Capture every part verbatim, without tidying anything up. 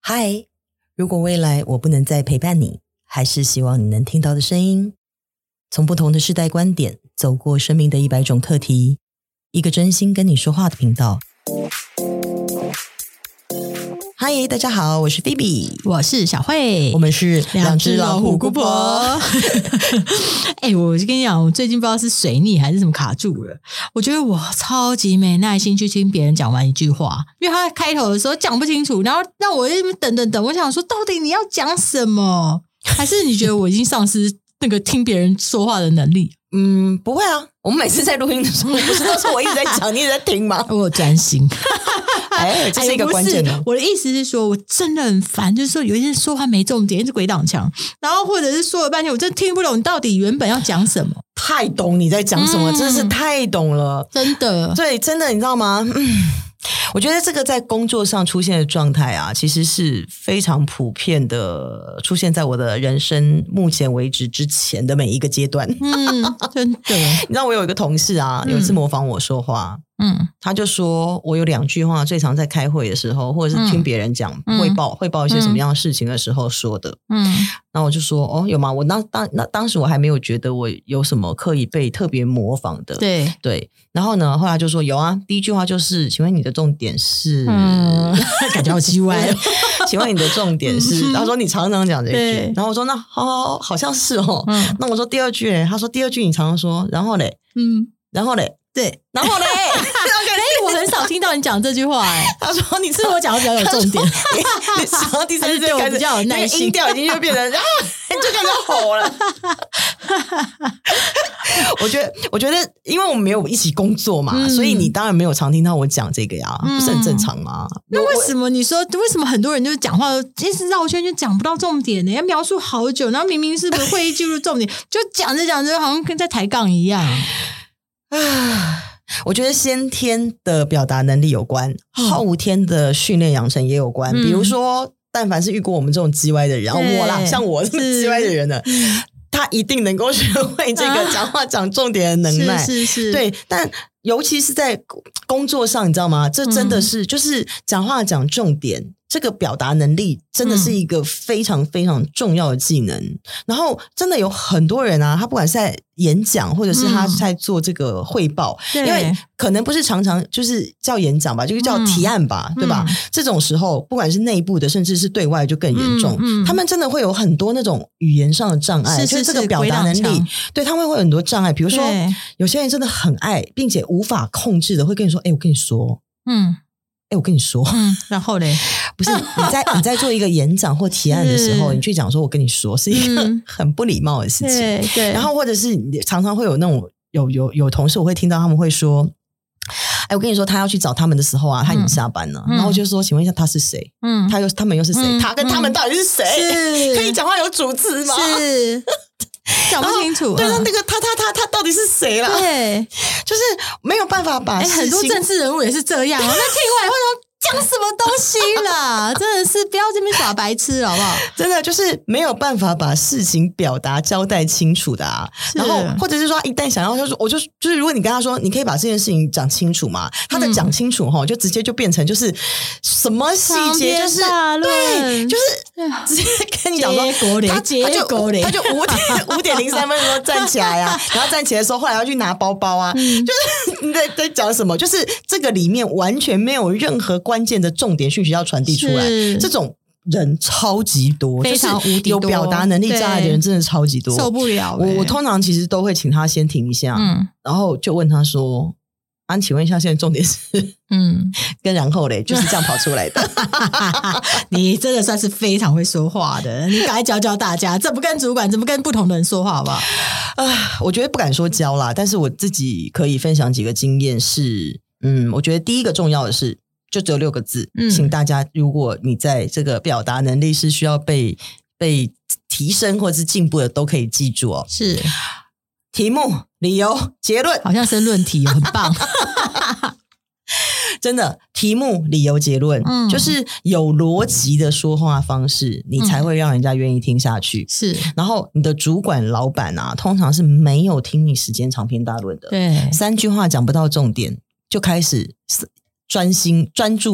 嗨，如果未来我不能再陪伴你，还是希望你能听到的声音。从不同的世代观点，走过生命的一百种课题，一个真心跟你说话的频道。嗨，大家好，我是菲比， 我是小慧， 我们是两只老虎姑婆。哎、欸，我跟你讲，我最近不知道是水逆还是什么卡住了。我觉得我超级没耐心去听别人讲完一句话，因为他开头的时候讲不清楚，然后让我一直等等等。我想说，到底你要讲什么？还是你觉得我已经丧失那个听别人说话的能力？ 嗯，不会啊。我们每次在录音的时候，不是都是我一直在讲，你一直在听吗？ 我有专心。 哎，这是一个关键的、 哎。我的意思是说，我真的很烦，就是说有一些说话没重点，一直鬼挡墙，然后或者是说了半天，我真的听不懂你到底原本要讲什么。 太懂你在讲什么，嗯、真的是太懂了， 真的。 对，真的，你知道吗？嗯。我觉得这个在工作上出现的状态啊，其实是非常普遍的，出现在我的人生目前为止之前的每一个阶段。嗯， 真的。 你知道我有一个同事啊，有一次模仿我说话，嗯，他就说我有两句话最常在开会的时候，或者是听别人讲汇报汇报一些什么样的事情的时候说的。嗯，然后我就说哦，有吗？我当当那当时我还没有觉得我有什么刻意被特别模仿的。 对对。然后呢，后来就说有啊，第一句话就是请问你的重点是、嗯、 感觉好奇怪请问你的重点是他说你常常讲这一句，然后我说那好好好好像是哦、嗯、那我说第二句嘞，他说第二句你常常说然后嘞嗯，然后嘞对， 然后嘞我很少听到你讲这句话哎、欸。 他说你是我讲的比较有重点， 然后第三句对我比较有耐心， 音调已经就变成啊，你就开始吼了。我觉得，我觉得，因为我们没有一起工作嘛、嗯，所以你当然没有常听到我讲这个呀，嗯、不是很正常吗？ 那为什么你说为什么很多人就是讲话一直绕圈就讲不到重点呢？要描述好久，然后明明是不是会议记录重点，就讲着讲着好像跟在抬杠一样啊。我觉得先天的表达能力有关，后天的训练养成也有关。嗯、比如说，但凡是遇过我们这种叽歪的人，然后我啦，像我这么叽歪的人呢，他一定能够学会这个讲话讲重点的能耐。 啊、是是是， 对，但尤其是在工作上，你知道吗？这真的是、嗯、就是讲话讲重点。这个表达能力真的是一个非常非常重要的技能、嗯、然后真的有很多人啊，他不管是在演讲或者是他在做这个汇报、嗯、因为可能不是常常就是叫演讲吧，就是叫提案吧、嗯、对吧、嗯、这种时候不管是内部的甚至是对外就更严重、嗯嗯、他们真的会有很多那种语言上的障碍， 是是是， 就是这个表达能力对他们会有很多障碍。比如说有些人真的很爱并且无法控制的会跟你说哎、欸，我跟你说嗯哎，我跟你说， 嗯，然后嘞， 不是你在你在做一个演讲或提案的时候，你去讲说，我跟你说，是一个很不礼貌的事情。 对、嗯、对。 然后或者是常常会有那种有有有同事，我会听到他们会说，哎，我跟你说，他要去找他们的时候啊，他已经下班了，嗯、然后就说，请问一下他是谁？嗯，他又他们又是谁？嗯、他跟他们到底是谁？是可以讲话有主词吗？ 是。讲不清楚， 对，那那个他他他他到底是谁啦？ 对， 就是没有办法把事情、 欸、很多政治人物也是这样、哦。那听完会说讲什么东西啦？真的是不要这边耍白痴好不好？ 真的就是没有办法把事情表达交代清楚的啊。然后或者是说，一旦想要，就是我就就是如果你跟他说，你可以把这件事情讲清楚嘛，他的讲清楚哈、嗯，就直接就变成就是什么细节，就是对，就是直接跟你讲说，他他就他就五点五点零三分的时候站起来啊，然后站起来的时候，后来要去拿包包啊，嗯、就是你在在讲什么？就是这个里面完全没有任何关键的重点讯息要传递出来，这种人超级多， 非常无敌多， 就是有表达能力障碍的人真的超级多， 受不了、欸。 我我通常其实都会请他先停一下，嗯，然后就问他说：“啊，请问一下，现在重点是嗯，跟然后嘞，就是这样跑出来的。” 你真的算是非常会说话的，你赶快教教大家，这不跟主管，怎么跟不同的人说话，好不好？ 啊，我觉得不敢说教啦，但是我自己可以分享几个经验是。嗯，我觉得第一个重要的是，就只有六个字，嗯、请大家，如果你在这个表达能力是需要被被提升或者是进步的，都可以记住哦。 是题目、理由、结论， 好像申论题，很棒。 真的，题目、理由、结论，嗯，就是有逻辑的说话方式，你才会让人家愿意听下去。 是， 然后你的主管、老板啊，通常是没有听你时间长篇大论的， 对， 三句话讲不到重点，就开始专心专注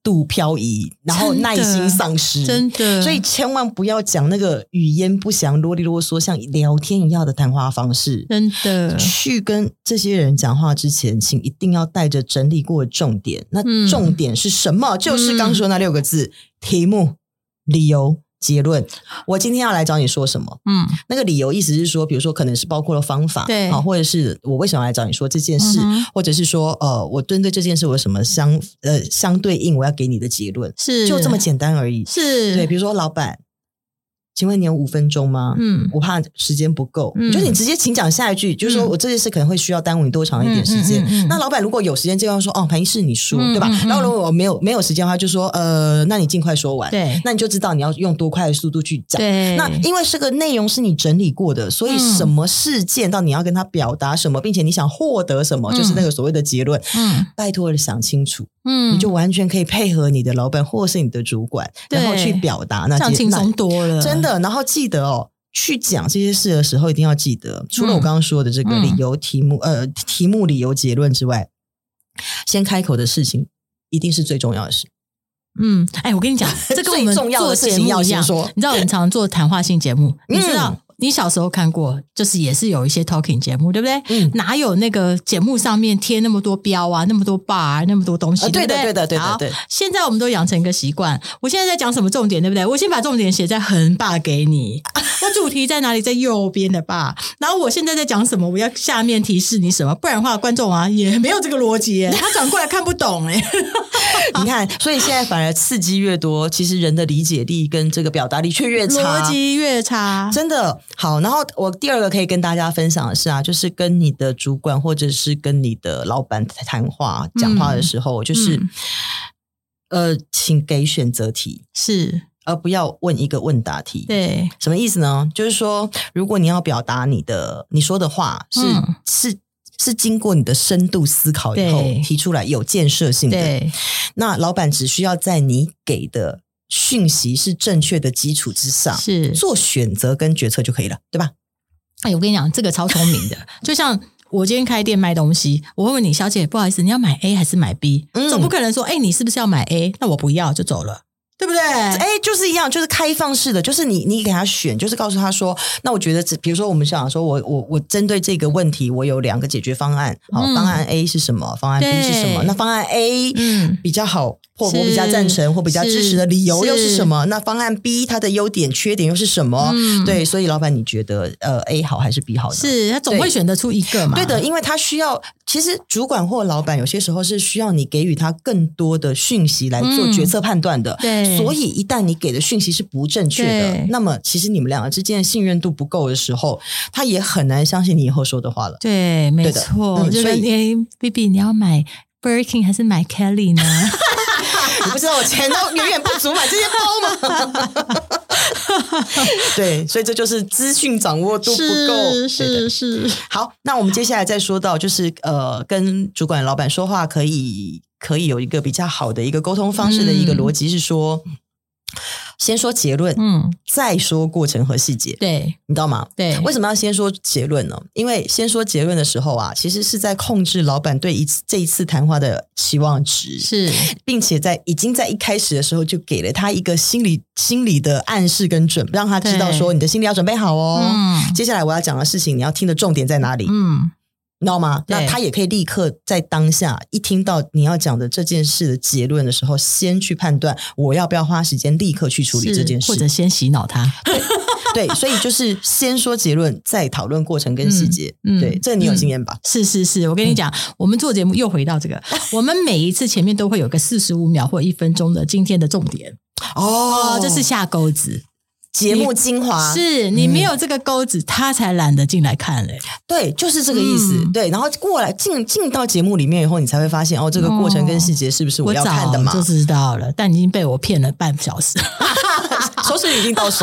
度漂移，然后耐心丧失， 真的， 所以千万不要讲那个语焉不详、啰里啰嗦，像聊天一样的谈话方式。 真的， 去跟这些人讲话之前，请一定要带着整理过的重点。那重点是什么？嗯、就是刚说那六个字：题目、理由、结论。我今天要来找你说什么？嗯，那个理由意思是说，比如说可能是包括了方法， 对， 啊，或者是我为什么来找你说这件事，嗯、或者是说呃，我针对这件事我有什么相呃相对应我要给你的结论， 是就这么简单而已。 是， 对，比如说老板。请问你有五分钟吗？嗯，我怕时间不够。嗯，就是你直接请讲下一句，就是说我这件事可能会需要耽误你多长一点时间。嗯嗯嗯嗯、那老板如果有时间，这样说哦，潘医师你说、嗯、对吧？嗯嗯、然后如果我没有没有时间的话，就说呃，那你尽快说完。 对， 那你就知道你要用多快的速度去讲。 对， 那因为这个内容是你整理过的，所以什么事件到你要跟他表达什么，并且你想获得什么，嗯、就是那个所谓的结论。嗯，拜托了想清楚。嗯，你就完全可以配合你的老板或是你的主管，然后去表达那些， 这样轻松多了， 真的。然后记得哦，去讲这些事的时候，一定要记得，除了我刚刚说的这个理由、嗯、题目、呃，题目、理由、结论之外，先开口的事情一定是最重要的事。 嗯，哎，我跟你讲，这跟我们做节目一样，你知道，我们常常做谈话性节目，你知道。嗯你小时候看过，就是也是有一些 talking 节目，对不对？嗯，哪有那个节目上面贴那么多标啊，那么多 bar 啊，那么多东西， 啊、 对不对？ 对的，对的，对的，对的。 现在我们都养成一个习惯，我现在在讲什么重点，对不对？我先把重点写在横 bar 给你，我主题在哪里，在右边的 bar， 然后我现在在讲什么，我要下面提示你什么，不然的话，观众啊也没有这个逻辑，他转过来看不懂哎。 你看，所以现在反而刺激越多，其实人的理解力跟这个表达力却越差， 逻辑越差， 真的好。然后我第二个可以跟大家分享的是啊，就是跟你的主管或者是跟你的老板谈话、讲话的时候，嗯、就是、嗯、呃，请给选择题， 是而不要问一个问答题。 对， 什么意思呢？就是说，如果你要表达你的你说的话是、嗯、是。是经过你的深度思考以后提出来有建设性的， 对， 那老板只需要在你给的讯息是正确的基础之上， 是做选择跟决策就可以了，对吧？ 哎，我跟你讲，这个超聪明的，就像我今天开店卖东西，我会问你，小姐，不好意思，你要买 A 还是买 B？、嗯、总不可能说，哎，你是不是要买 A？ 那我不要就走了。对不对？ 哎，就是一样，就是开放式的，就是你你给他选，就是告诉他说，那我觉得，比如说我们想说我我我针对这个问题，我有两个解决方案。好，嗯、方案 A 是什么？方案 B 是什么？那方案 A 嗯比较好，或我比较赞成或比较支持的理由又是什么？那方案 B 它的优点缺点又是什么？嗯、对，所以老板你觉得呃 A 好还是 B 好呢？ 是他总会选得出一个嘛？ 对的，因为他需要，其实主管或老板有些时候是需要你给予他更多的讯息来做决策判断的。 嗯、对。 所以一旦你给的讯息是不正确的，那么其实你们两个之间的信任度不够的时候，他也很难相信你以后说的话了。 对，没错。嗯、所以 B B 你要买 Birkin 还是买 Kelly 呢？ 你不知道我钱都远远不足买这些包吗？对，所以这就是资讯掌握度不够。 是是是。 好，那我们接下来再说到，就是呃，跟主管老板说话可以可以有一个比较好的一个沟通方式的一个逻辑是说。嗯先说结论，嗯，再说过程和细节， 对， 你知道吗？ 对， 为什么要先说结论呢？因为先说结论的时候啊，其实是在控制老板对一次这一次谈话的期望值， 是， 并且在已经在一开始的时候就给了他一个心理心理的暗示跟准，让他知道说你的心里要准备好哦，嗯，接下来我要讲的事情，你要听的重点在哪里？嗯。你知道吗？那他也可以立刻在当下一听到你要讲的这件事的结论的时候，先去判断我要不要花时间立刻去处理这件事， 或者先洗脑他。 对, 对，所以就是先说结论，再讨论过程跟细节。嗯，对，这个你有经验吧？ 嗯、是是是，我跟你讲，嗯、我们做节目又回到这个，我们每一次前面都会有个四十五秒或一分钟的今天的重点。哦，这是下钩子。 节目精华是你没有这个钩子，嗯、他才懒得进来看嘞。 对，就是这个意思。嗯、对，然后过来进进到节目里面以后，你才会发现哦，这个过程跟细节是不是我要看的嘛？ 我早就知道了，但已经被我骗了半小时， 收视已经到手。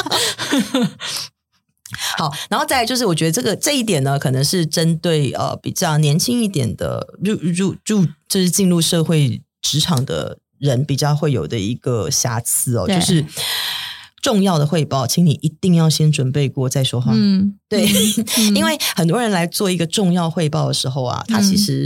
好，然后再来就是，我觉得这个这一点呢，可能是针对呃比较年轻一点的入入入，就是进入社会职场的人比较会有的一个瑕疵哦，就是。重要的汇报，请你一定要先准备过再说话。嗯，对，嗯、因为很多人来做一个重要汇报的时候啊，他其实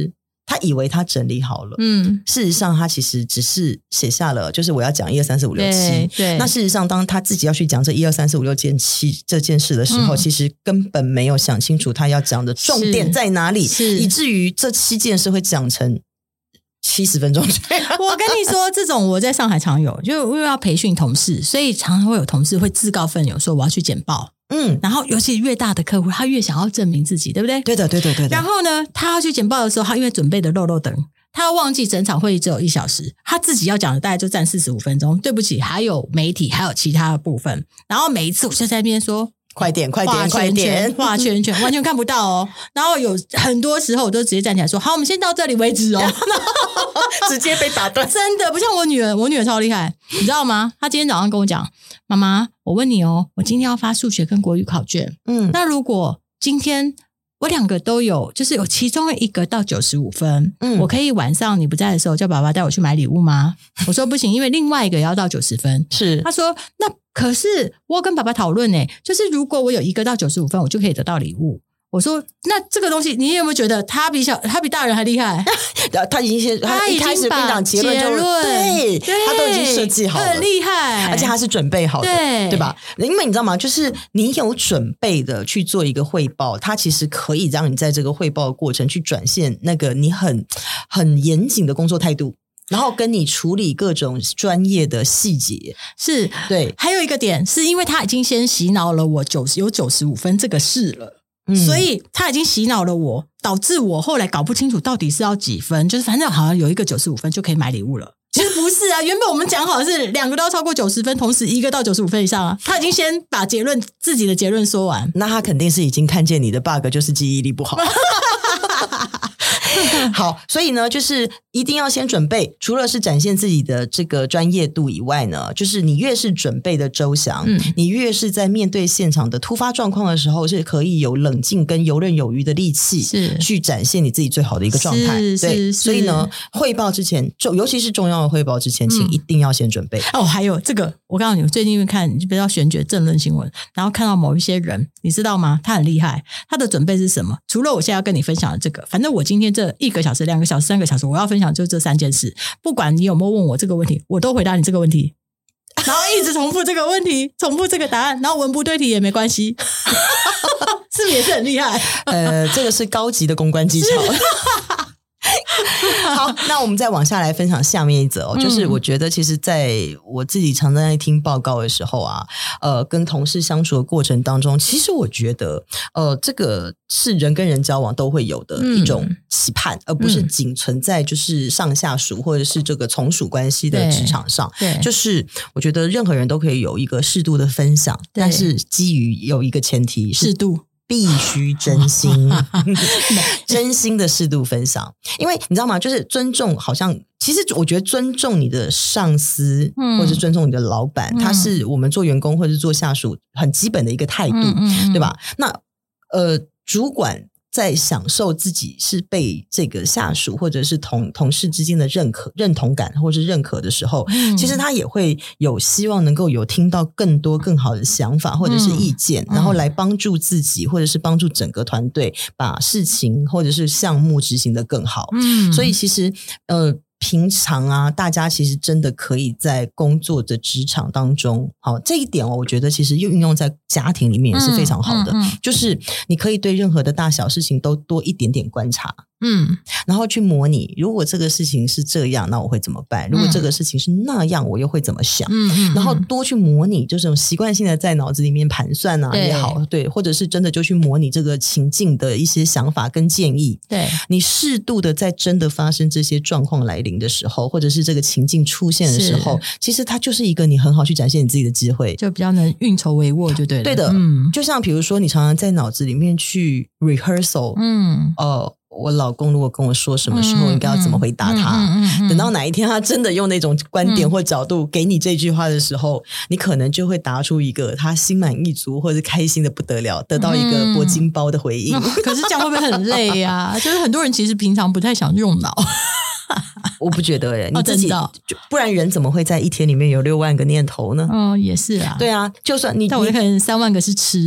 他以为他整理好了，嗯，事实上他其实只是写下了，就是我要讲一二三四五六七，对，那事实上当他自己要去讲这一二三四五六件七这件事的时候、嗯，其实根本没有想清楚他要讲的重点在哪里，以至于这七件事会讲成七十分钟。 我跟你说，这种我在上海常有，就因为要培训同事，所以常常会有同事会自告奋勇说我要去简报。嗯，然后尤其越大的客户，他越想要证明自己，对不对？ 对的，对的，对的。 然后呢，他要去简报的时候，他因为准备的漏漏等，他忘记整场会议只有一小时，他自己要讲的大概就占四十五分钟。对不起，还有媒体，还有其他的部分。然后每一次我就在那边说。 快点快点快点画圈圈完全看不到哦，然后有很多时候我都直接站起来说好我们先到这里为止哦直接被打断。 真的不像我女儿，我女儿超厉害你知道吗？她今天早上跟我讲妈妈我问你哦，我今天要发数学跟国语考卷，嗯，那如果今天我两个都有，就是有其中一个到九十五分、嗯、我可以晚上你不在的时候叫爸爸带我去买礼物吗？我说不行，因为另外一个也要到九十分。 是， 他说那可是我跟爸爸讨论欸，就是如果我有一个到九十五分我就可以得到礼物。我说那这个东西你有没有觉得他比小他比大人还厉害？ 他已经先他一开始跟你讲结论就对，他都已经设计好了， 很厉害， 而且他是准备好的， 对, 对吧？因为你知道吗，就是你有准备的去做一个汇报，它其实可以让你在这个汇报的过程去展现那个你很很严谨的工作态度，然后跟你处理各种专业的细节。 是，对。还有一个点是因为他已经先洗脑了我九十有九十五分这个事了、嗯、所以他已经洗脑了我，导致我后来搞不清楚到底是要几分，就是反正好像有一个九十五分就可以买礼物了。其实不是啊，原本我们讲好的是两个都要超过九十分，同时一个到九十五分以上啊。他已经先把结论自己的结论说完， 那他肯定是已经看见你的 bug 就是记忆力不好好，所以呢就是一定要先准备，除了是展现自己的这个专业度以外呢，就是你越是准备的周详、嗯、你越是在面对现场的突发状况的时候是可以有冷静跟游刃有余的力气去展现你自己最好的一个状态。对，所以呢汇报之前，尤其是重要的汇报之前、嗯、请一定要先准备。 哦，还有这个我告诉你，我最近因为看比较选举政论新闻，然后看到某一些人你知道吗，他很厉害，他的准备是什么？除了我现在要跟你分享的这个，反正我今天这一个小时两个小时三个小时我要分享就这三件事，不管你有没有问我这个问题我都回答你这个问题，然后一直重复这个问题重复这个答案，然后文不对题也没关系是不是也是很厉害？ 呃，这个是高级的公关技巧好，那我们再往下来分享下面一则、哦嗯、就是我觉得其实在我自己常常在听报告的时候啊，呃，跟同事相处的过程当中，其实我觉得呃，这个是人跟人交往都会有的一种期盼、嗯、而不是仅存在就是上下属或者是这个从属关系的职场上。对，就是我觉得任何人都可以有一个适度的分享，但是基于有一个前提是适度， 必须真心真心的适度分享。因为你知道吗，就是尊重，好像其实我觉得尊重你的上司、嗯、或者是尊重你的老板、嗯、他是我们做员工或者是做下属很基本的一个态度、嗯嗯嗯、对吧？那呃，主管在享受自己是被这个下属或者是同同事之间的认可认同感或是认可的时候、嗯、其实他也会有希望能够有听到更多更好的想法或者是意见、嗯、然后来帮助自己或者是帮助整个团队把事情或者是项目执行得更好、嗯、所以其实呃平常啊，大家其实真的可以在工作的职场当中，好，这一点哦，我觉得其实又运用在家庭里面也是非常好的、嗯嗯嗯、就是你可以对任何的大小事情都多一点点观察，嗯，然后去模拟，如果这个事情是这样，那我会怎么办？如果这个事情是那样，我又会怎么想？嗯嗯嗯，然后多去模拟，就是这种习惯性的在脑子里面盘算啊也好，对，或者是真的就去模拟这个情境的一些想法跟建议。对，你适度的在真的发生这些状况来临的时候，或者是这个情境出现的时候，其实它就是一个你很好去展现你自己的机会， 就比较能运筹帷幄，就对了。 对的，嗯，就像比如说你常常在脑子里面去 rehearsal， 嗯，呃。我老公如果跟我说什么时候应该要怎么回答他、嗯嗯嗯嗯、等到哪一天他真的用那种观点或角度给你这句话的时候、嗯、你可能就会答出一个他心满意足或者开心的不得了，得到一个铂金包的回应、嗯、 可是这样会不会很累啊？就是很多人其实平常不太想用脑我不觉得耶，你自己、哦、不然人怎么会在一天里面有六万个念头呢？ 嗯，也是啊。 对啊，就算你但我可能三万个是吃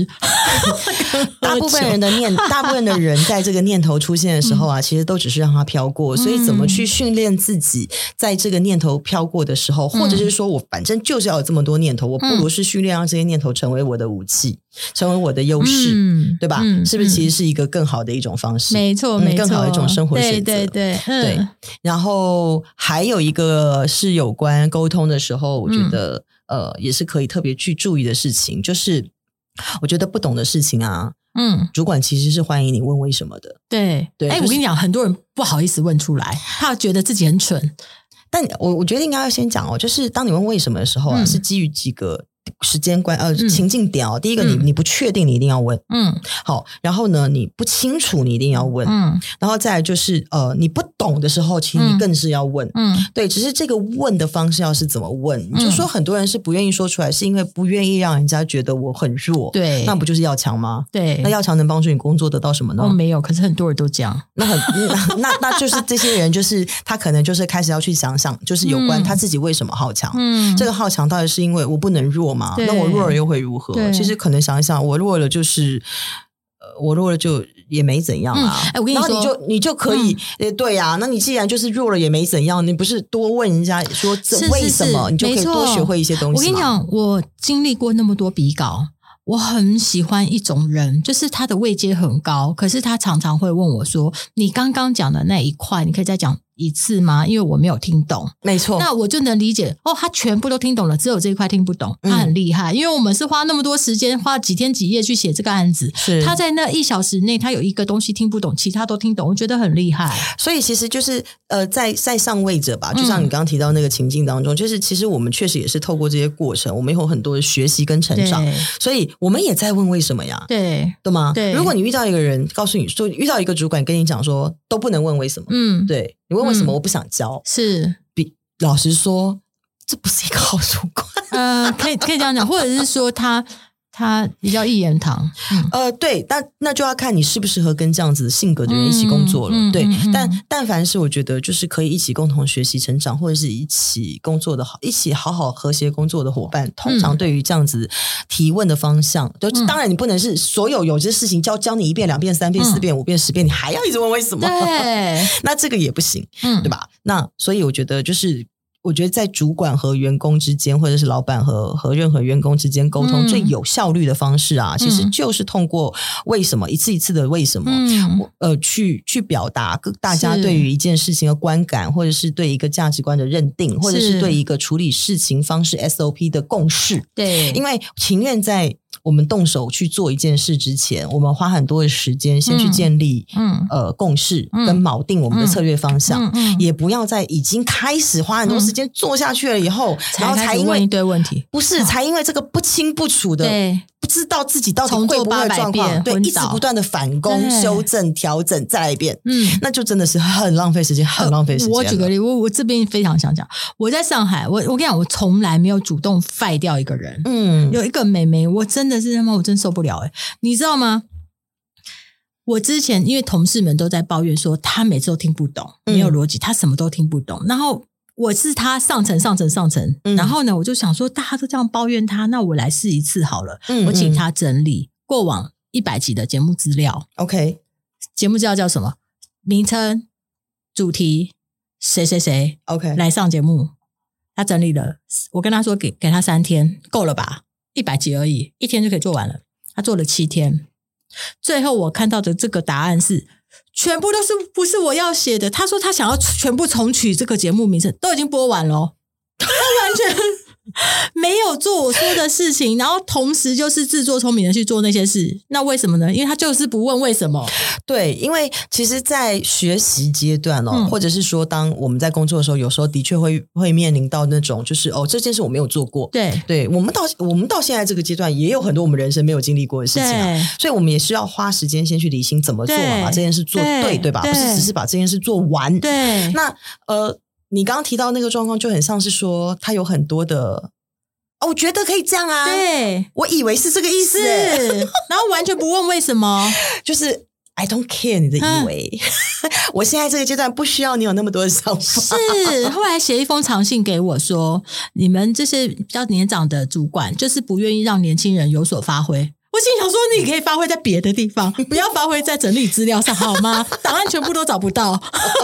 大部分人的念，大部分的人在这个念头出现的时候啊，嗯、其实都只是让它飘过。所以怎么去训练自己，在这个念头飘过的时候，嗯、或者是说我反正就是要有这么多念头，我不如是训练让这些念头成为我的武器，成为我的优势，嗯、对吧？嗯、是不是其实是一个更好的一种方式？ 没错，没错， 更好的一种生活选择。 对对对，嗯、 对。然后还有一个是有关沟通的时候，我觉得、嗯、呃也是可以特别去注意的事情，就是我觉得不懂的事情啊，嗯，主管其实是欢迎你问为什么的。 对对，哎、就是，我跟你讲，很多人不好意思问出来，他觉得自己很蠢。 但我我觉得应该要先讲哦，就是当你问为什么的时候啊，嗯、是基于几个时间关呃情境点哦。第一个，你你不确定，你一定要问，嗯，好，然后呢，你不清楚，你一定要问，嗯，然后再来就是呃，你不懂的时候，其实你更是要问，嗯，对，只是这个问的方式要是怎么问，你就说很多人是不愿意说出来，是因为不愿意让人家觉得我很弱， 对， 那不就是要强吗？ 对， 那要强能帮助你工作得到什么呢？ 哦，没有，可是很多人都这样， 那很那那那就是这些人，就是他可能就是开始要去想想，就是有关他自己为什么好强，嗯，这个好强到底是因为我不能弱吗？那我弱了又会如何？其实可能想一想，我弱了就是，呃，我弱了就也没怎样啊。哎、嗯欸，我跟你说，然后你就你就可以，嗯、对呀、啊。那你既然就是弱了也没怎样，你不是多问人家说这为什么，你就可以多学会一些东西。 我跟你讲，我经历过那么多比稿。我很喜欢一种人，就是他的位阶很高，可是他常常会问我说，你刚刚讲的那一块你可以再讲一次吗？因为我没有听懂。 没错， 那我就能理解哦，他全部都听懂了，只有这一块听不懂，他很厉害、嗯、因为我们是花那么多时间，花几天几夜去写这个案子，是他在那一小时内他有一个东西听不懂，其他都听懂，我觉得很厉害。 所以其实就是呃，在在上位者吧，就像你刚刚提到那个情境当中、嗯、就是其实我们确实也是透过这些过程，我们有很多的学习跟成长，所以我们也在问为什么呀， 对对吗？ 对， 如果你遇到一个人告诉你说，遇到一个主管跟你讲说都不能问为什么，嗯，对，你问为什么、嗯、我不想教， 是比老实说这不是一个好主管。 呃，可以可以这样讲，或者是说他他比较一言堂， 嗯、呃，对，但那就要看你适不适合跟这样子性格的人一起工作了，嗯、对。嗯、但但凡是我觉得就是可以一起共同学习成长，或者是一起工作的好，一起好好和谐工作的伙伴，通常对于这样子提问的方向，就、嗯、当然你不能是所有有些事情教教你一遍、两遍、三遍、四遍、五遍、十遍，你还要一直问为什么？ 对， 那这个也不行，嗯，对吧？那所以我觉得就是。我觉得在主管和员工之间，或者是老板和和任何员工之间沟通、嗯、最有效率的方式啊，其实就是通过为什么一次一次的为什么，嗯、呃，去去表达大家对于一件事情的观感，或者是对一个价值观的认定，或者是对一个处理事情方式 S O P 的共识。对，因为情愿在我们动手去做一件事之前，我们花很多的时间先去建立嗯呃共识，嗯、跟锚定我们的策略方向，嗯嗯嗯、也不要在已经开始花很多时间做下去了以后，嗯、然后才因为问一堆问题， 不是、哦、才因为这个不清不楚的，对，不知道自己到底会不会状况，对，一直不断的反攻、修正、调整，再来一遍，嗯，那就真的是很浪费时间，很浪费时间、呃。 我举个例，我我这边非常想讲，我在上海，我我跟你讲，我从来没有主动废掉一个人，嗯，有一个妹妹，我真的是他妈，我真受不了哎、欸，你知道吗？我之前因为同事们都在抱怨说，他每次都听不懂，没有逻辑，他什么都听不懂，然后。我是他上层上层上层、嗯、然后呢我就想说大家都这样抱怨他，那我来试一次好了、嗯、我请他整理过往一百集的节目资料。 OK， 节目资料叫什么？名称、主题、谁谁谁 OK 来上节目，他整理了，我跟他说给给他三天够了吧，一百集而已，一天就可以做完了，他做了七天，最后我看到的这个答案是全部都是不是我要写的。他说他想要全部重取这个节目名称，都已经播完了，他完全没有做我说的事情，然后同时就是自作聪明的去做那些事。那为什么呢？因为他就是不问为什么。 对，因为其实在学习阶段哦、嗯、或者是说当我们在工作的时候，有时候的确会会面临到那种就是哦这件事我没有做过，对对，我们到我们到现在这个阶段也有很多我们人生没有经历过的事情啊，所以我们也是要花时间先去理清怎么做嘛，把这件事做对 对, 对吧对，不是只是把这件事做完。对，那呃你刚刚提到那个状况就很像是说他有很多的哦，我觉得可以这样啊，对，我以为是这个意思， 然后完全不问为什么就是I don't care 你的以为、嗯、我现在这个阶段不需要你有那么多的想法。 是后来写一封长信给我说，你们这些比较年长的主管就是不愿意让年轻人有所发挥。 我心想说你可以发挥在别的地方，不要发挥在整理资料上好吗？档案全部都找不到。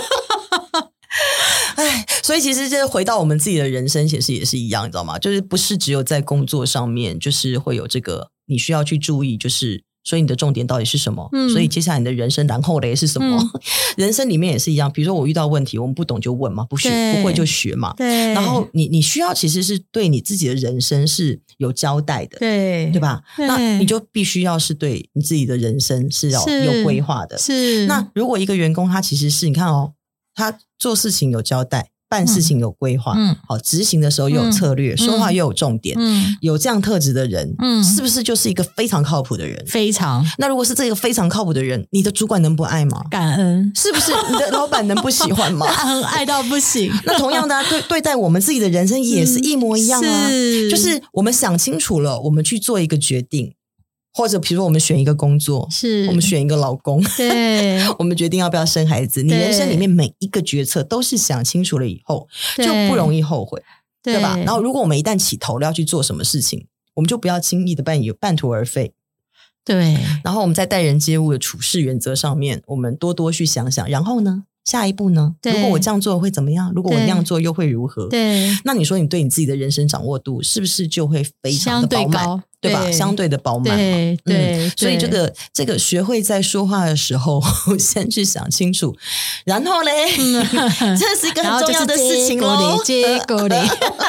哎，所以其实这回到我们自己的人生，其实也是一样，你知道吗？就是不是只有在工作上面，就是会有这个你需要去注意，就是所以你的重点到底是什么？嗯，所以接下来你的人生然后嘞是什么？嗯、人生里面也是一样，比如说我遇到问题，我们不懂就问嘛，不学不会就学嘛。 对， 然后你你需要其实是对你自己的人生是有交代的， 对对吧？对，那你就必须要是对你自己的人生是要有规划的。 是， 那如果一个员工他其实是你看哦，他做事情有交代。办事情有规划，嗯，好，执行的时候又有策略，嗯、说话又有重点，嗯，有这样特质的人，嗯，是不是就是一个非常靠谱的人？ 非常。 那如果是这个非常靠谱的人，你的主管能不爱吗？ 感恩， 是不是？你的老板能不喜欢吗？ 很爱到不行。 那同样的、啊，对对待我们自己的人生也是一模一样啊， 是就是我们想清楚了，我们去做一个决定。或者比如说我们选一个工作， 是我们选一个老公， 对， 我们决定要不要生孩子，你人生里面每一个决策都是想清楚了以后就不容易后悔， 对, 对吧？然后如果我们一旦起头了要去做什么事情，我们就不要轻易的半半途而废。 对， 然后我们在待人接物的处事原则上面，我们多多去想想，然后呢下一步呢？如果我这样做会怎么样？如果我那样做又会如何？ 对， 那你说你对你自己的人生掌握度是不是就会非常的饱满？ 相对高， 对吧？对，相对的饱满嘛。 对 对,、 嗯、对，所以这个这个学会在说话的时候先去想清楚，然后嘞，嗯、这是一个很重要的事情咯。 结果嘞，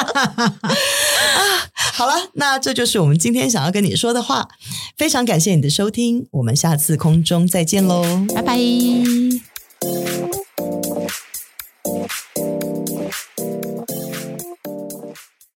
好了，那这就是我们今天想要跟你说的话。非常感谢你的收听，我们下次空中再见喽， 拜拜。